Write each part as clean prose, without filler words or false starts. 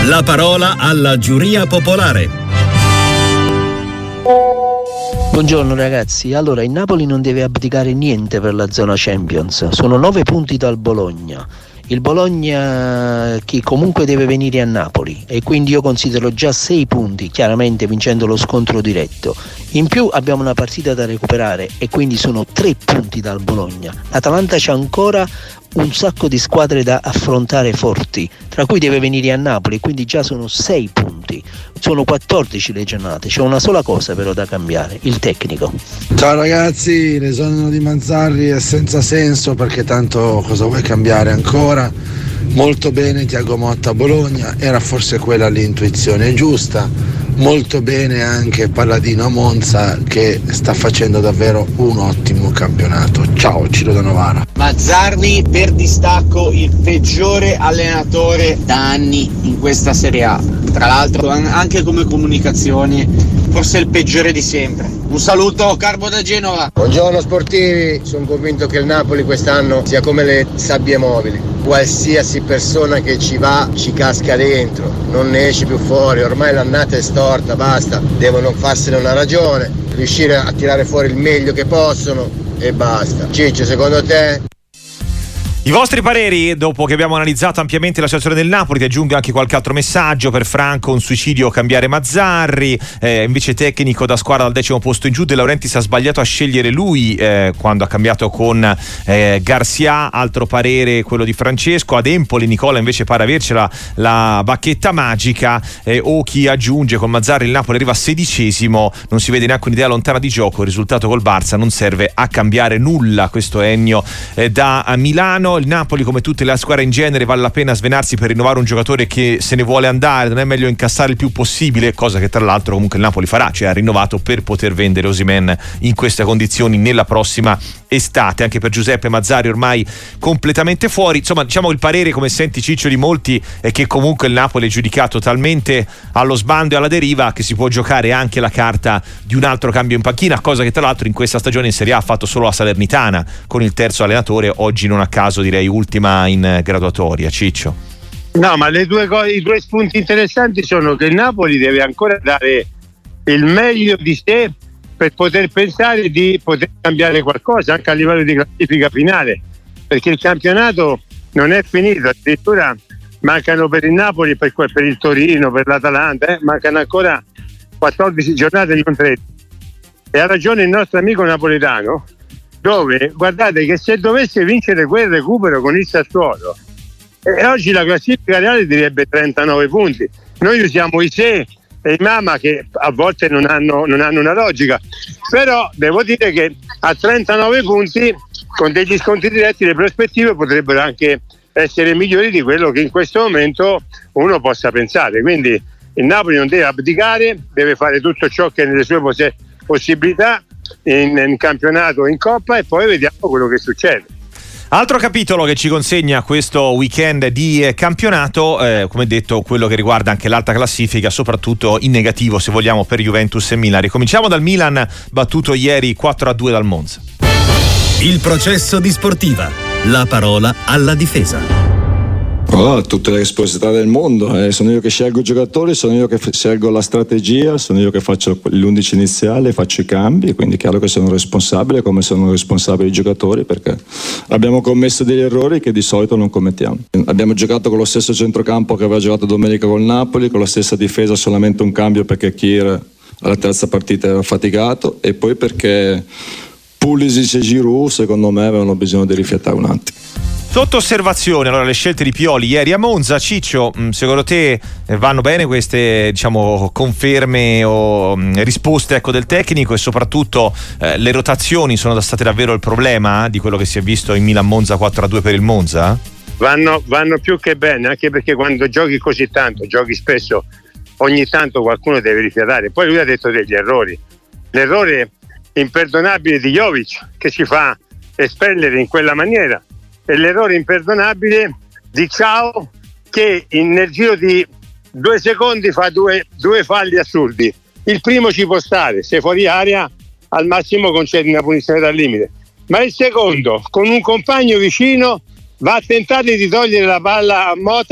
La parola alla giuria popolare. Buongiorno ragazzi, allora il Napoli non deve abdicare niente per la zona Champions, sono 9 punti dal Bologna. Il Bologna che comunque deve venire a Napoli e quindi io considero già 6 punti, chiaramente vincendo lo scontro diretto. In più abbiamo una partita da recuperare e quindi sono 3 punti dal Bologna. L'Atalanta c'ha ancora un sacco di squadre da affrontare forti, tra cui deve venire a Napoli, quindi già sono 6 punti. Sono 14 le giornate, c'è una sola cosa però da cambiare, il tecnico. Ciao ragazzi, l'esonero di Mazzarri è senza senso perché tanto cosa vuoi cambiare ancora? Molto bene Thiago Motta a Bologna, era forse quella l'intuizione giusta. Molto bene anche Palladino a Monza che sta facendo davvero un ottimo campionato. Ciao, Ciro da Novara. Mazzarri per distacco il peggiore allenatore da anni in questa Serie A. Tra l'altro anche come comunicazione forse il peggiore di sempre. Un saluto, Carbo da Genova. Buongiorno sportivi, sono convinto che il Napoli quest'anno sia come le sabbie mobili. Qualsiasi persona che ci va ci casca dentro, non ne esce più fuori, ormai l'annata è storta, basta, devono farsene una ragione, riuscire a tirare fuori il meglio che possono e basta. Ciccio, secondo te? I vostri pareri, dopo che abbiamo analizzato ampiamente la situazione del Napoli, ti aggiungo anche qualche altro messaggio. Per Franco un suicidio cambiare Mazzarri, invece tecnico da squadra dal 10° posto in giù. De Laurentiis ha sbagliato a scegliere lui quando ha cambiato con Garcia. Altro parere quello di Francesco. Ad Empoli Nicola invece pare avercela la bacchetta magica, o chi aggiunge con Mazzarri il Napoli arriva 16°, non si vede neanche un'idea lontana di gioco, il risultato col Barça non serve a cambiare nulla. Questo è Ennio da Milano. Il Napoli, come tutte le squadre in genere, vale la pena svenarsi per rinnovare un giocatore che se ne vuole andare, non è meglio incassare il più possibile, cosa che tra l'altro comunque il Napoli farà, cioè ha rinnovato per poter vendere Osimhen in queste condizioni nella prossima estate. Anche per Giuseppe Mazzarri ormai completamente fuori. Insomma, diciamo il parere, come senti Ciccio, di molti è che comunque il Napoli è giudicato talmente allo sbando e alla deriva che si può giocare anche la carta di un altro cambio in panchina, cosa che tra l'altro in questa stagione in Serie A ha fatto solo la Salernitana con il terzo allenatore, oggi non a caso direi ultima in graduatoria. Ciccio. No, ma i due spunti interessanti sono che il Napoli deve ancora dare il meglio di sé per poter pensare di poter cambiare qualcosa anche a livello di classifica finale, perché il campionato non è finito, addirittura mancano per il Napoli, per il Torino, per l'Atalanta, mancano ancora 14 giornate, non 13. E ha ragione il nostro amico napoletano, dove guardate che se dovesse vincere quel recupero con il Sassuolo, oggi la classifica reale direbbe 39 punti. Noi usiamo i se e i mamma che a volte non hanno una logica, però devo dire che a 39 punti con degli scontri diretti le prospettive potrebbero anche essere migliori di quello che in questo momento uno possa pensare. Quindi il Napoli non deve abdicare, deve fare tutto ciò che è nelle sue possibilità in campionato, in Coppa, e poi vediamo quello che succede. Altro capitolo che ci consegna questo weekend di campionato, come detto, quello che riguarda anche l'alta classifica, soprattutto in negativo se vogliamo per Juventus e Milan. Ricominciamo dal Milan, battuto ieri 4-2 dal Monza. Il processo di Sportiva, la parola alla difesa. Ho tutte le responsabilità del mondo, sono io che scelgo i giocatori, sono io che scelgo la strategia, sono io che faccio l'11 iniziale, faccio i cambi, quindi è chiaro che sono responsabile, come sono responsabili i giocatori, perché abbiamo commesso degli errori che di solito non commettiamo. Abbiamo giocato con lo stesso centrocampo che aveva giocato domenica col Napoli, con la stessa difesa, solamente un cambio perché Kier alla terza partita era faticato, e poi perché Pulisic e Giroud secondo me avevano bisogno di rifiatare un attimo. Sotto osservazione, allora, le scelte di Pioli ieri a Monza. Ciccio, secondo te vanno bene queste, diciamo, conferme o risposte, ecco, del tecnico, e soprattutto le rotazioni sono state davvero il problema di quello che si è visto in Milan-Monza 4-2 per il Monza? Vanno più che bene, anche perché quando giochi così tanto, giochi spesso, ogni tanto qualcuno deve rifiatare. Poi lui ha detto degli errori, l'errore imperdonabile di Jovic che ci fa espellere in quella maniera, e l'errore imperdonabile di Ciao che nel giro di 2 secondi fa due falli assurdi. Il primo ci può stare, se fuori area al massimo concedi una punizione dal limite, ma il secondo con un compagno vicino va a tentare di togliere la palla a Mota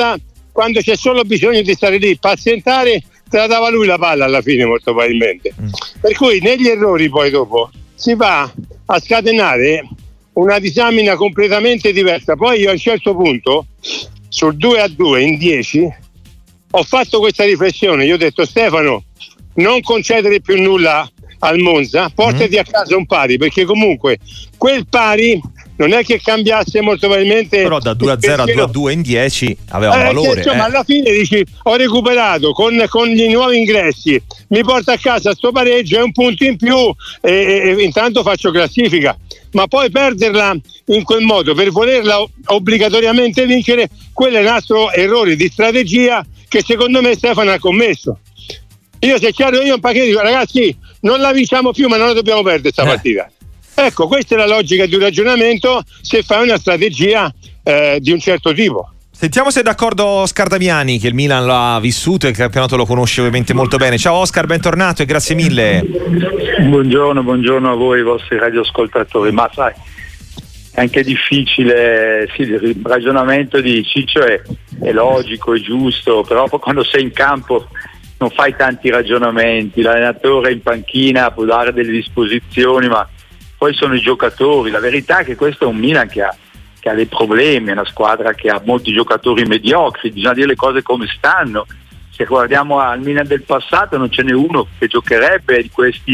quando c'è solo bisogno di stare lì, pazientare, te la dava lui la palla alla fine molto probabilmente. Per cui negli errori poi dopo si va a scatenare una disamina completamente diversa. Poi io a un certo punto sul 2-2 in 10 ho fatto questa riflessione, io ho detto: Stefano, non concedere più nulla al Monza, portati a casa un pari, perché comunque quel pari non è che cambiasse molto probabilmente, però da 2-0 a 2-2 in 10 aveva un valore. Insomma, alla fine dici: ho recuperato con gli nuovi ingressi, mi porto a casa sto pareggio e un punto in più e intanto faccio classifica. Ma poi perderla in quel modo per volerla obbligatoriamente vincere, quello è un altro errore di strategia che secondo me Stefano ha commesso. Io, se chiaro, io un pacchetto dico: ragazzi, non la vinciamo più, ma non la dobbiamo perdere sta partita. Ecco, questa è la logica di un ragionamento se fai una strategia di un certo tipo. Sentiamo se è d'accordo Oscar Damiani, che il Milan l'ha vissuto e il campionato lo conosce ovviamente molto bene. Ciao Oscar, bentornato e grazie mille. Buongiorno a voi, i vostri radioascoltatori. Ma sai, è anche difficile, sì, il ragionamento di Ciccio è logico, è giusto, però quando sei in campo non fai tanti ragionamenti. L'allenatore in panchina può dare delle disposizioni, ma poi sono i giocatori. La verità è che questo è un Milan che ha dei problemi, è una squadra che ha molti giocatori mediocri, bisogna dire le cose come stanno. Se guardiamo al Milan del passato non ce n'è uno che giocherebbe di questi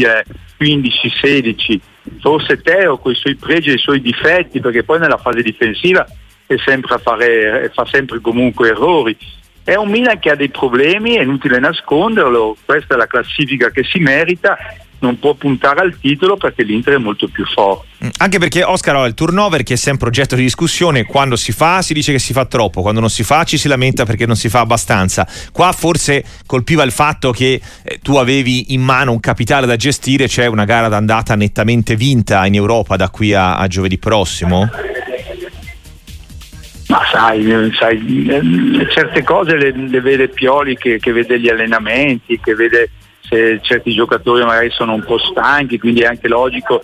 15-16, forse Teo con i suoi pregi e i suoi difetti, perché poi nella fase difensiva è sempre fa sempre comunque errori. È un Milan che ha dei problemi, è inutile nasconderlo, questa è la classifica che si merita, non può puntare al titolo perché l'Inter è molto più forte. Anche perché Oscar, il turnover, che è sempre oggetto di discussione, quando si fa si dice che si fa troppo, quando non si fa ci si lamenta perché non si fa abbastanza. Qua forse colpiva il fatto che tu avevi in mano un capitale da gestire, c'è una gara d'andata nettamente vinta in Europa da qui a giovedì prossimo. Ma sai, certe cose le vede Pioli che vede gli allenamenti, che vede se certi giocatori magari sono un po' stanchi, quindi è anche logico.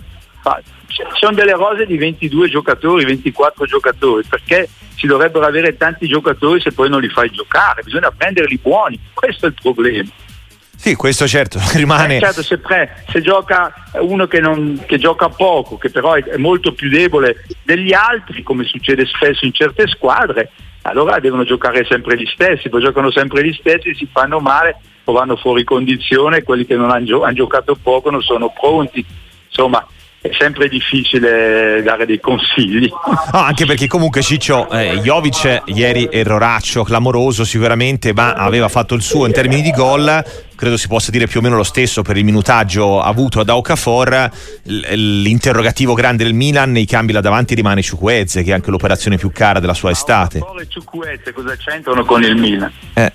Ci sono delle rose di 22 giocatori, 24 giocatori, perché si dovrebbero avere tanti giocatori se poi non li fai giocare? Bisogna prenderli buoni, questo è il problema. Sì, questo certo rimane. Certo, se gioca uno che gioca poco, che però è molto più debole degli altri, come succede spesso in certe squadre, allora devono giocare sempre gli stessi. Poi giocano sempre gli stessi, si fanno male o vanno fuori condizione, quelli che non hanno giocato poco non sono pronti. Insomma, è sempre difficile dare dei consigli. Anche perché comunque Ciccio, Jovic ieri erroraccio clamoroso sicuramente, ma aveva fatto il suo in termini di gol. Credo si possa dire più o meno lo stesso per il minutaggio avuto da Okafor. L'interrogativo grande del Milan nei cambi là davanti rimane Chukwueze, che è anche l'operazione più cara della sua estate. Okafor e Chukwueze cosa c'entrano con il Milan?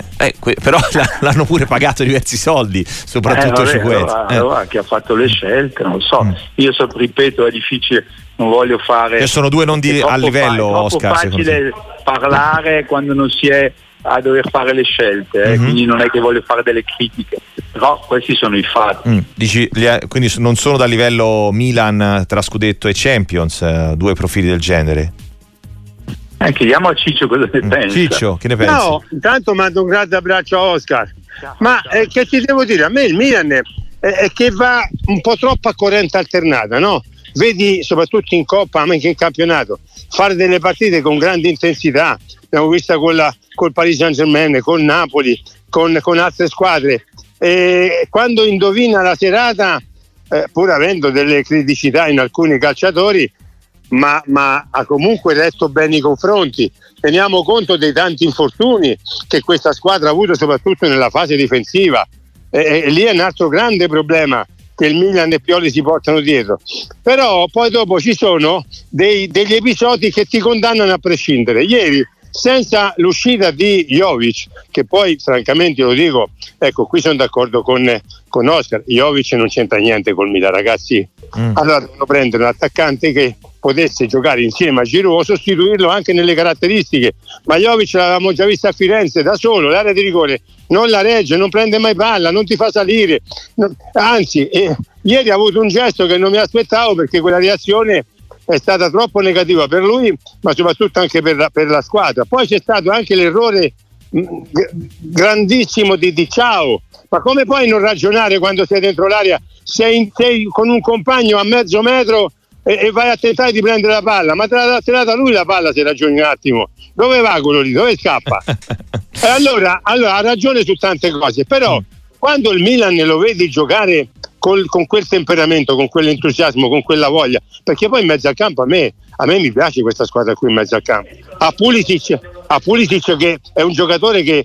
Però l'hanno pure pagato diversi soldi, soprattutto Chukwueze. Allora, chi ha fatto le scelte, non lo so. Io ripeto, è difficile, non voglio fare. Sono due non a livello, Oscar. È facile parlare quando non si è a dover fare le scelte, quindi non è che voglio fare delle critiche, però questi sono i fatti. Dici, quindi non sono da livello Milan tra scudetto e Champions, due profili del genere? Chiediamo a Ciccio cosa ne pensa. Ciccio, che ne pensi? No, intanto mando un grande abbraccio a Oscar. Ma che ti devo dire? A me il Milan è che va un po' troppo a corrente alternata, no? Vedi, soprattutto in Coppa, ma anche in campionato, fare delle partite con grande intensità. Abbiamo vista col Paris Saint-Germain, con Napoli, con altre squadre. E quando indovina la serata, pur avendo delle criticità in alcuni calciatori, ma ha comunque retto bene i confronti. Teniamo conto dei tanti infortuni che questa squadra ha avuto, soprattutto nella fase difensiva. E lì è un altro grande problema che il Milan e Pioli si portano dietro. Però poi dopo ci sono degli episodi che ti condannano a prescindere. Ieri, senza l'uscita di Jovic, che poi francamente lo dico, ecco, qui sono d'accordo con Oscar, Jovic non c'entra niente col Milan, ragazzi. Allora devono prendere un attaccante che potesse giocare insieme a Giroud o sostituirlo anche nelle caratteristiche. Ma Jovic l'avevamo già visto a Firenze da solo, l'area di rigore non la regge, non prende mai palla, non ti fa salire, anzi ieri ha avuto un gesto che non mi aspettavo, perché quella reazione è stata troppo negativa per lui, ma soprattutto anche per la squadra. Poi c'è stato anche l'errore grandissimo di Ciao. Ma come puoi non ragionare quando sei dentro l'area? Sei con un compagno a mezzo metro e vai a tentare di prendere la palla, ma te l'ha tirata lui la palla, se ragioni un attimo. Dove va quello lì? Dove scappa? E allora ha ragione su tante cose, però quando il Milan lo vedi giocare con quel temperamento, con quell'entusiasmo, con quella voglia, perché poi in mezzo al campo a me mi piace questa squadra qui in mezzo al campo. A Pulisic che è un giocatore che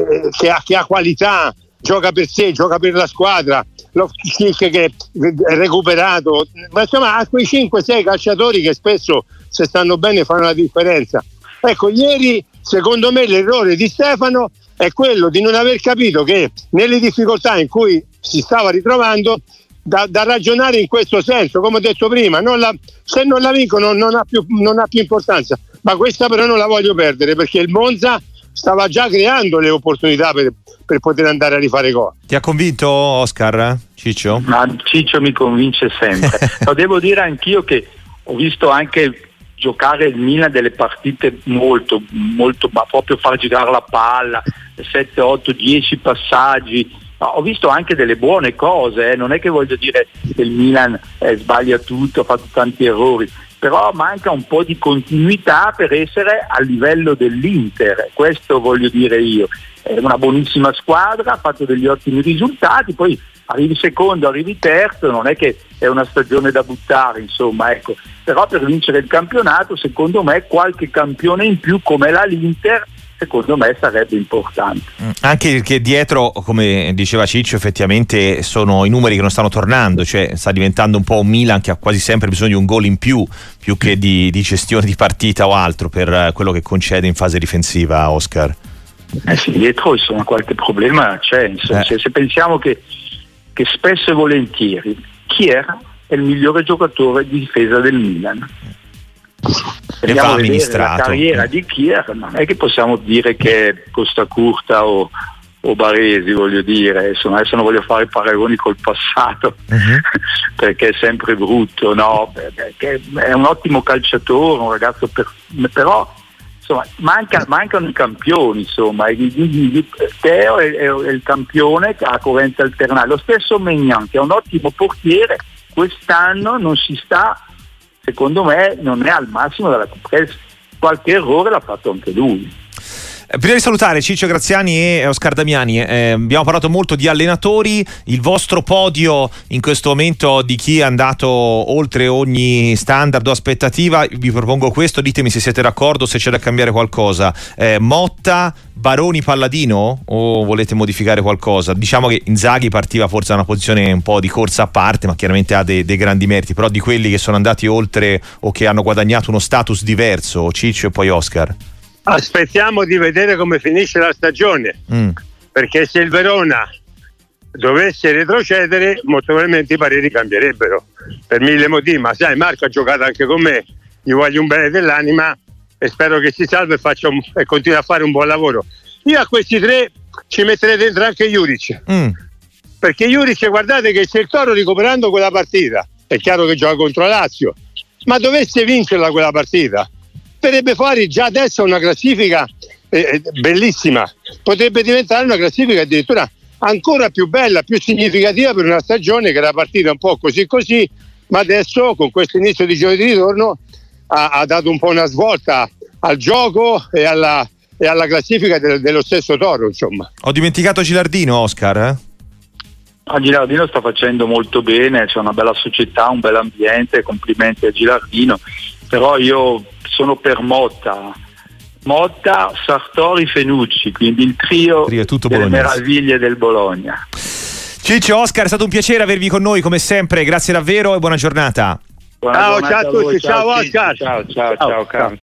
ha qualità, gioca per sé, gioca per la squadra, Loftus-Cheek che è recuperato, ma insomma ha quei 5-6 calciatori che spesso, se stanno bene, fanno la differenza. Ecco, ieri secondo me l'errore di Stefano è quello di non aver capito che nelle difficoltà in cui si stava ritrovando, da ragionare in questo senso, come ho detto prima, se non la vincono non ha più importanza, ma questa però non la voglio perdere, perché il Monza stava già creando le opportunità per poter andare a rifare gol. Ti ha convinto Oscar, Ciccio? Ma Ciccio mi convince sempre. Lo devo dire anch'io che ho visto anche giocare il Milan delle partite molto, molto, ma proprio far girare la palla, 7, 8, 10 passaggi. Ho visto anche delle buone cose, non è che voglio dire che il Milan sbaglia tutto, ha fatto tanti errori, però manca un po' di continuità per essere a livello dell'Inter, questo voglio dire io. È una buonissima squadra, ha fatto degli ottimi risultati, poi arrivi secondo, arrivi terzo, non è che è una stagione da buttare, insomma, ecco. Però per vincere il campionato, secondo me, qualche campione in più come l'Inter, secondo me sarebbe importante. Anche perché dietro, come diceva Ciccio, effettivamente sono i numeri che non stanno tornando, cioè sta diventando un po' un Milan che ha quasi sempre bisogno di un gol in più che di gestione di partita o altro, per quello che concede in fase difensiva, Oscar. Sì, dietro insomma qualche problema c'è, se pensiamo che spesso e volentieri Kier è il migliore giocatore di difesa del Milan. Andiamo a vedere la carriera di Kier, non è che possiamo dire che è Costa Curta o Baresi, voglio dire, insomma, adesso non voglio fare paragoni col passato, perché è sempre brutto, no? Perché è un ottimo calciatore, un ragazzo però insomma mancano i campioni, insomma. Teo è il campione che ha corrente alternale, lo stesso Maignan che è un ottimo portiere, quest'anno non si sta, secondo me non è al massimo della qualche errore l'ha fatto anche lui. Prima di salutare Ciccio Graziani e Oscar Damiani, abbiamo parlato molto di allenatori, il vostro podio in questo momento di chi è andato oltre ogni standard o aspettativa, vi propongo questo, ditemi se siete d'accordo, se c'è da cambiare qualcosa. Motta, Baroni, Palladino, o volete modificare qualcosa? Diciamo che Inzaghi partiva forse da una posizione un po' di corsa a parte, ma chiaramente ha dei grandi meriti, però di quelli che sono andati oltre o che hanno guadagnato uno status diverso, Ciccio e poi Oscar. Aspettiamo di vedere come finisce la stagione, perché se il Verona dovesse retrocedere molto probabilmente i pareri cambierebbero per mille motivi, ma sai, Marco ha giocato anche con me, gli voglio un bene dell'anima e spero che si salvi e continui a fare un buon lavoro. Io a questi tre ci metterei dentro anche Juric, perché Juric, guardate che se il Toro, recuperando quella partita, è chiaro che gioca contro Lazio, ma dovesse vincerla quella partita, verrebbe fuori già adesso una classifica bellissima, potrebbe diventare una classifica addirittura ancora più bella, più significativa per una stagione che era partita un po' così, ma adesso con questo inizio di gioco di ritorno ha dato un po' una svolta al gioco e alla classifica dello stesso Toro, insomma. Ho dimenticato Gilardino, Oscar, Gilardino sta facendo molto bene, c'è una bella società, un bel ambiente, complimenti a Gilardino, però io sono per Motta, Sartori, Fenucci, quindi il trio delle meraviglie del Bologna. Ciccio, Oscar, è stato un piacere avervi con noi come sempre, grazie davvero e buona giornata. Ciao a tutti, ciao Oscar. Ciao.